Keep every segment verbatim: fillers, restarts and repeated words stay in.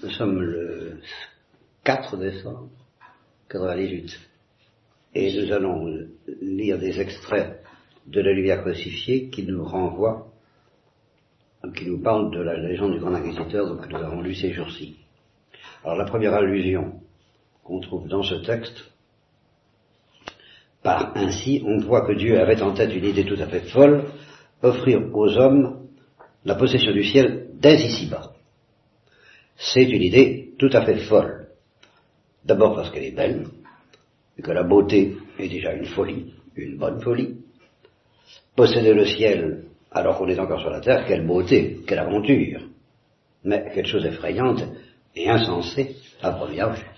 Nous sommes le quatre décembre quatre-vingt-dix-huit et nous allons lire des extraits de la Lumière crucifiée qui nous renvoient, qui nous parlent de la légende du Grand Inquisiteur que nous avons lu ces jours-ci. Alors la première allusion qu'on trouve dans ce texte, par ainsi, on voit que Dieu avait en tête une idée tout à fait folle, offrir aux hommes la possession du ciel dès ici-bas. C'est une idée tout à fait folle. D'abord parce qu'elle est belle, et que la beauté est déjà une folie, une bonne folie. Posséder le ciel alors qu'on est encore sur la terre, quelle beauté, quelle aventure, mais quelque chose d'effrayante et insensé à première vue.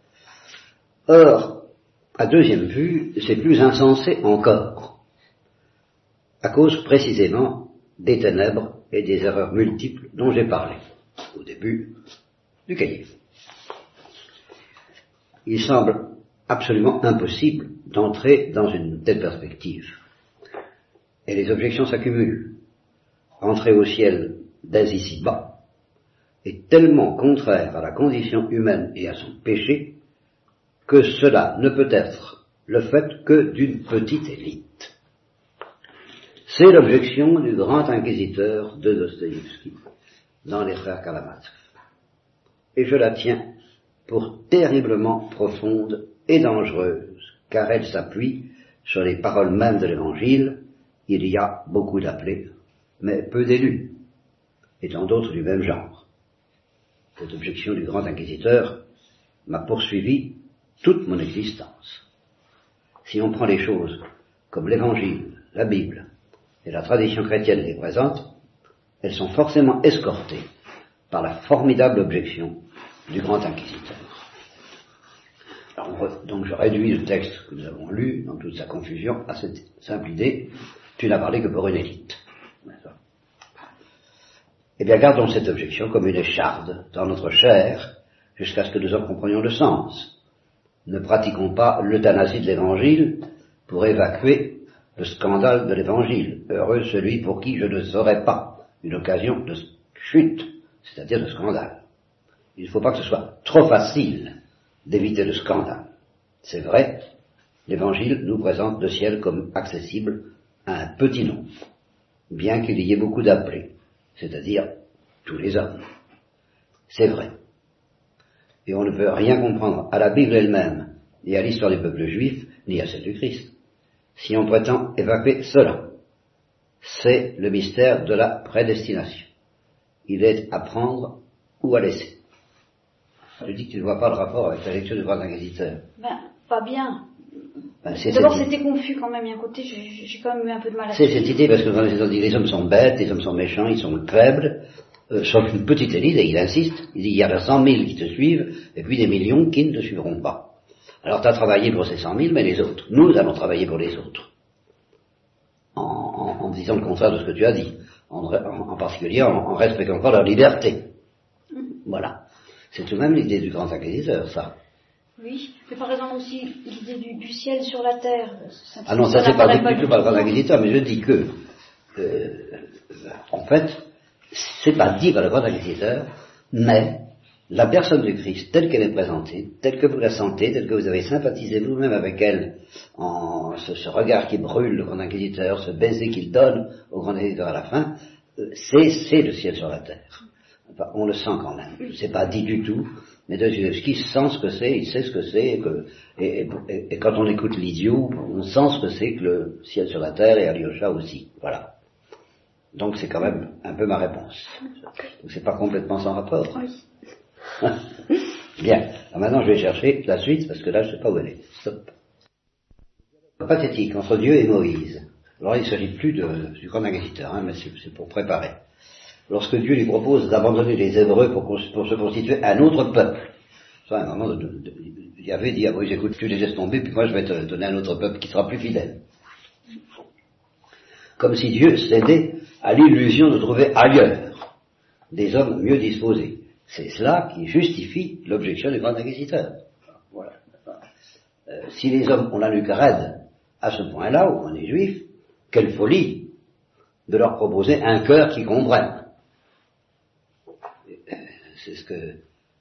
Or, à deuxième vue, c'est plus insensé encore, à cause précisément des ténèbres et des erreurs multiples dont j'ai parlé au début du cahier. Il semble absolument impossible d'entrer dans une telle perspective. Et les objections s'accumulent. Entrer au ciel dès ici-bas est tellement contraire à la condition humaine et à son péché que cela ne peut être le fait que d'une petite élite. C'est l'objection du grand inquisiteur de Dostoïevski dans les Frères Karamazov. Et je la tiens pour terriblement profonde et dangereuse, car elle s'appuie sur les paroles mêmes de l'Évangile. Il y a beaucoup d'appelés, mais peu d'élus, et tant d'autres du même genre. Cette objection du grand inquisiteur m'a poursuivi toute mon existence. Si on prend les choses comme l'Évangile, la Bible et la tradition chrétienne les présentent, elles sont forcément escortées par la formidable objection du grand inquisiteur. Alors, donc je réduis le texte que nous avons lu, dans toute sa confusion, à cette simple idée: tu n'as parlé que pour une élite. Eh bien, gardons cette objection comme une écharde dans notre chair, jusqu'à ce que nous en comprenions le sens. Ne pratiquons pas l'euthanasie de l'Évangile pour évacuer le scandale de l'Évangile. Heureux celui pour qui je ne serai pas une occasion de chute, c'est-à-dire de scandale. Il ne faut pas que ce soit trop facile d'éviter le scandale. C'est vrai, l'Évangile nous présente le ciel comme accessible à un petit nombre, bien qu'il y ait beaucoup d'appelés, c'est-à-dire tous les hommes. C'est vrai. Et on ne peut rien comprendre à la Bible elle-même, ni à l'histoire du peuple juif, ni à celle du Christ, si on prétend évacuer cela. C'est le mystère de la prédestination. Il est à prendre ou à laisser. Je dis que tu ne vois pas le rapport avec la lecture du Grand Inquisiteur. Ben, pas bien. Ben, D'abord, c'était confus quand même. Il y a un côté, j'ai, j'ai quand même eu un peu de mal à C'est cette idée, parce que quand on dit les hommes sont bêtes, les hommes sont méchants, ils sont faibles, euh, sauf une petite élite, et il insiste, il dit il y a cent mille qui te suivent, et puis des millions qui ne te suivront pas. Alors tu as travaillé pour ces cent mille, mais les autres, nous allons travailler pour les autres. En, en, en disant le contraire de ce que tu as dit, en, en, en particulier en, en respectant pas leur liberté. Mmh. Voilà. C'est tout de même l'idée du grand inquisiteur, ça. Oui, mais par exemple aussi l'idée du, du ciel sur la terre. Ça, ah non, ça, ça c'est pas du tout par le grand inquisiteur, mais je dis que, euh, en fait, c'est pas dit par le grand inquisiteur, mais la personne du Christ, telle qu'elle est présentée, telle que vous la sentez, telle que vous avez sympathisé vous-même avec elle, en ce, ce regard qui brûle le grand inquisiteur, ce baiser qu'il donne au grand inquisiteur à la fin, euh, c'est, c'est le ciel sur la terre. Enfin, on le sent quand même. C'est pas dit du tout, mais Dostoïevski sent ce que c'est, il sait ce que c'est, et, que, et, et, et quand on écoute l'idiot, on sent ce que c'est que le ciel sur la terre, et Alyosha aussi. Voilà. Donc c'est quand même un peu ma réponse. Donc c'est pas complètement sans rapport. Oui. Bien. Alors maintenant je vais chercher la suite, parce que là je sais pas où elle est. Stop. Pathétique entre Dieu et Moïse. Alors il ne s'agit plus de, du grand inquisiteur, hein, mais c'est, c'est pour préparer. Lorsque Dieu lui propose d'abandonner les Hébreux pour, pour se constituer un autre peuple. Ça, à un moment, de, de, de, il avait dit à Moïse, écoute, tu les laisses tomber, puis moi je vais te donner un autre peuple qui sera plus fidèle. Comme si Dieu cédait à l'illusion de trouver ailleurs des hommes mieux disposés. C'est cela qui justifie l'objection du grand inquisiteur. Voilà. Euh, si les hommes ont la nuque raide à ce point-là, au moins les juifs, quelle folie de leur proposer un cœur qui comprenne. C'est ce que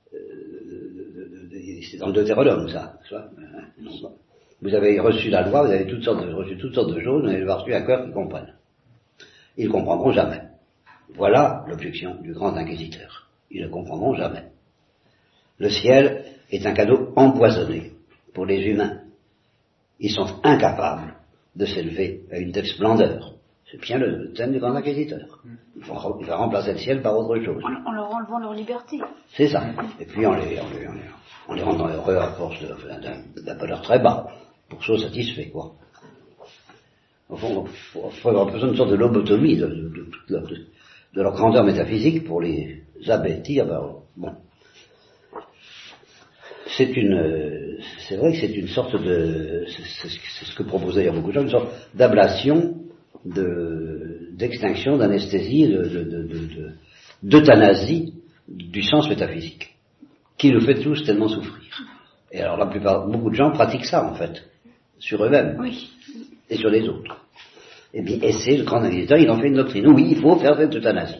de, de, c'est dans le Deutéronome, ça. ça vous avez reçu la loi, vous avez toutes sortes de, reçu toutes sortes de choses, vous avez reçu un cœur qui comprenne. Ils ne comprendront jamais. Voilà l'objection du grand inquisiteur. Ils ne comprendront jamais. Le ciel est un cadeau empoisonné pour les humains. Ils sont incapables de s'élever à une telle splendeur. C'est bien le thème du grand inquisiteur. Il faut, il va remplacer le ciel par autre chose. En, en leur enlevant leur liberté. C'est ça. Et puis on les, on les, on les, on les rend dans l'horreur à force d'un bonheur très bas, pour chose satisfait, quoi. Au fond, il faut avoir besoin d'une sorte de lobotomie de, de, de, de, de leur grandeur métaphysique pour les abêtir. Ben, bon. C'est une, c'est vrai que c'est une sorte de, c'est, c'est ce que proposent d'ailleurs beaucoup de gens, une sorte d'ablation, de, d'extinction, d'anesthésie, de, de, de, de, d'euthanasie du sens métaphysique, qui nous fait tous tellement souffrir. Et alors la plupart, beaucoup de gens pratiquent ça en fait, sur eux-mêmes. Oui. Et sur les autres. Et bien, et c'est le grand inquisiteur, il en fait une doctrine. Oui, il faut faire cette euthanasie.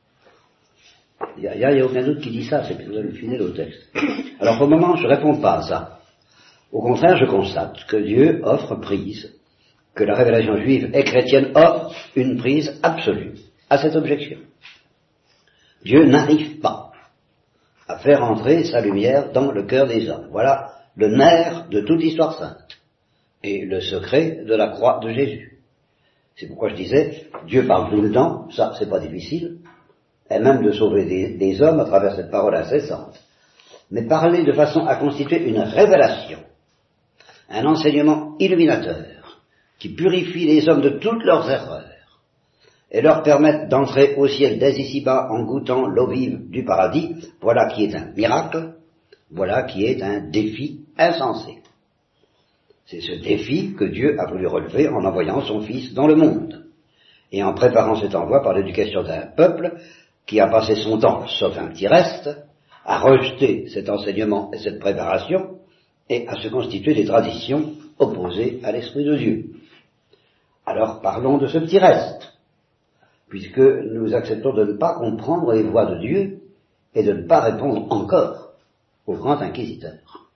Il n'y a, a, a aucun doute qui dit ça, c'est que vous avez fidèle au texte. Alors pour le moment, je ne réponds pas à ça. Au contraire, je constate que Dieu offre prise, que la révélation juive et chrétienne offre une prise absolue à cette objection. Dieu n'arrive pas à faire entrer sa lumière dans le cœur des hommes. Voilà le nerf de toute l'histoire sainte et le secret de la croix de Jésus. C'est pourquoi je disais, Dieu parle tout le temps, ça c'est pas difficile, et même de sauver des, des hommes à travers cette parole incessante. Mais parler de façon à constituer une révélation, un enseignement illuminateur, qui purifie les hommes de toutes leurs erreurs, et leur permettre d'entrer au ciel dès ici-bas en goûtant l'eau vive du paradis, voilà qui est un miracle, voilà qui est un défi insensé. C'est ce défi que Dieu a voulu relever en envoyant son Fils dans le monde, et en préparant cet envoi par l'éducation d'un peuple qui a passé son temps, sauf un petit reste, à rejeter cet enseignement et cette préparation, et à se constituer des traditions opposées à l'Esprit de Dieu. Alors parlons de ce petit reste, puisque nous acceptons de ne pas comprendre les voies de Dieu et de ne pas répondre encore au grand inquisiteur.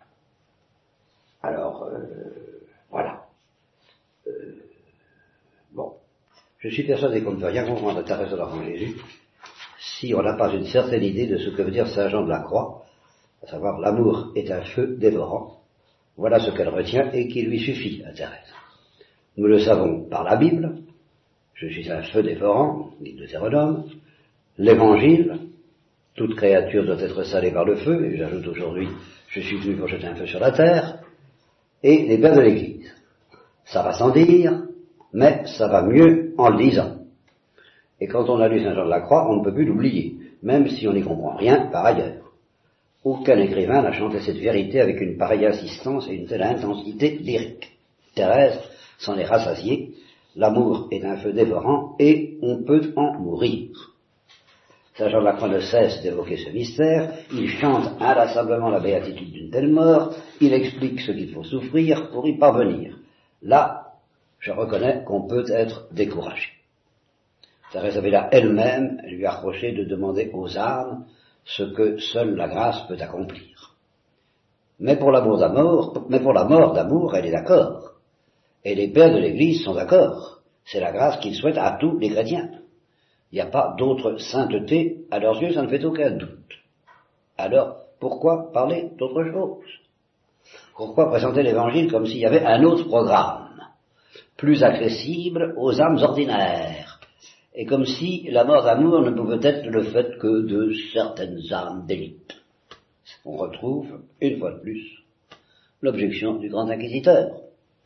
Alors, euh, voilà. Euh, bon, je suis persuadé qu'on ne peut rien comprendre à Thérèse de l'Enfant Jésus si on n'a pas une certaine idée de ce que veut dire Saint Jean de la Croix, à savoir l'amour est un feu dévorant. Voilà ce qu'elle retient et qui lui suffit à Thérèse. Nous le savons par la Bible, je suis un feu dévorant, dit Deutéronome, l'Évangile, toute créature doit être salée par le feu, et j'ajoute aujourd'hui, je suis venu pour jeter un feu sur la terre, et les pères de l'Église. Ça va sans dire, mais ça va mieux en le lisant. Et quand on a lu Saint Jean de la Croix, on ne peut plus l'oublier, même si on n'y comprend rien par ailleurs. Aucun écrivain n'a chanté cette vérité avec une pareille insistance et une telle intensité lyrique. Thérèse s'en est rassasiée, l'amour est un feu dévorant et on peut en mourir. Saint Jean de la Croix ne cesse d'évoquer ce mystère, il chante inlassablement la béatitude d'une telle mort, il explique ce qu'il faut souffrir pour y parvenir. Là, je reconnais qu'on peut être découragé. Thérèse Avila elle-même lui a reproché de demander aux âmes ce que seule la grâce peut accomplir. Mais pour l'amour d'amour, mais pour la mort d'amour, elle est d'accord. Et les pères de l'Église sont d'accord. C'est la grâce qu'ils souhaitent à tous les chrétiens. Il n'y a pas d'autre sainteté, à leurs yeux, ça ne fait aucun doute. Alors, pourquoi parler d'autre chose? Pourquoi présenter l'Évangile comme s'il y avait un autre programme, plus accessible aux âmes ordinaires, et comme si la mort d'amour ne pouvait être le fait que de certaines âmes d'élite? On retrouve, une fois de plus, l'objection du grand inquisiteur,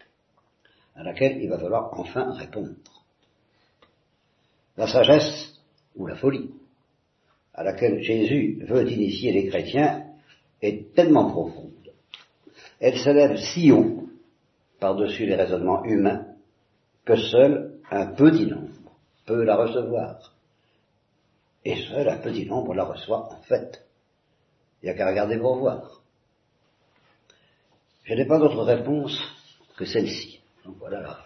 à laquelle il va falloir enfin répondre. La sagesse, ou la folie, à laquelle Jésus veut initier les chrétiens, est tellement profonde, elle s'élève si haut, par-dessus les raisonnements humains, que seul un petit nombre peut la recevoir. Et seul un petit nombre la reçoit en fait. Il n'y a qu'à regarder pour voir. Je n'ai pas d'autre réponse que celle-ci. Donc voilà la...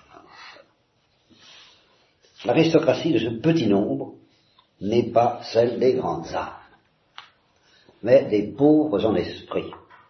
L'aristocratie de ce petit nombre n'est pas celle des grandes âmes, mais des pauvres en esprit,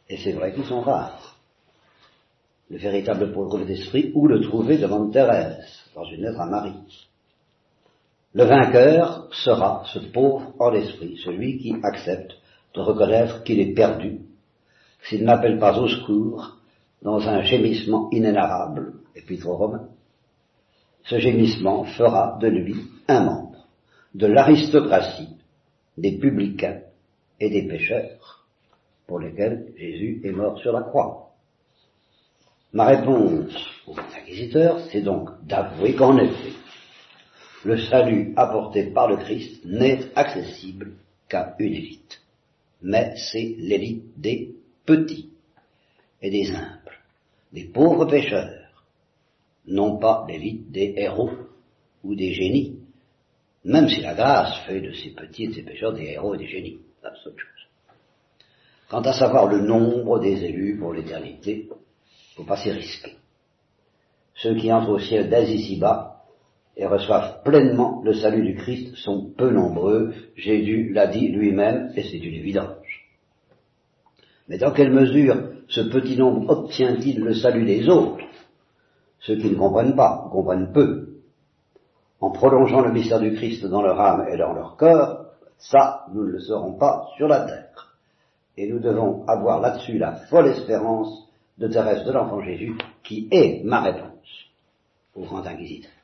Et c'est vrai qu'ils sont rares. Le véritable pauvre d'esprit, où le trouver devant Thérèse, dans une lettre à Marie. Le vainqueur sera ce pauvre en esprit, celui qui accepte de reconnaître qu'il est perdu, s'il n'appelle pas au secours dans un gémissement inénarrable, épître aux Romains. Ce gémissement fera de lui un membre de l'aristocratie des publicains et des pécheurs pour lesquels Jésus est mort sur la croix. Ma réponse aux inquisiteurs, c'est donc d'avouer qu'en effet, le salut apporté par le Christ n'est accessible qu'à une élite. Mais c'est l'élite des petits et des humbles, des pauvres pécheurs, non pas l'élite des héros ou des génies, même si la grâce fait de ces petits et de ces pécheurs des héros et des génies. Ça, c'est autre chose. Quant à savoir le nombre des élus pour l'éternité, il ne faut pas s'y risquer. Ceux qui entrent au ciel d'Asie-ci-bas et reçoivent pleinement le salut du Christ sont peu nombreux, Jésus l'a dit lui-même, et c'est une évidence. Mais dans quelle mesure ce petit nombre obtient-il le salut des autres? Ceux qui ne comprennent pas, comprennent peu. En prolongeant le mystère du Christ dans leur âme et dans leur corps, ça, nous ne le saurons pas sur la terre. Et nous devons avoir là-dessus la folle espérance de Thérèse de l'Enfant Jésus, qui est ma réponse au grand inquisiteur.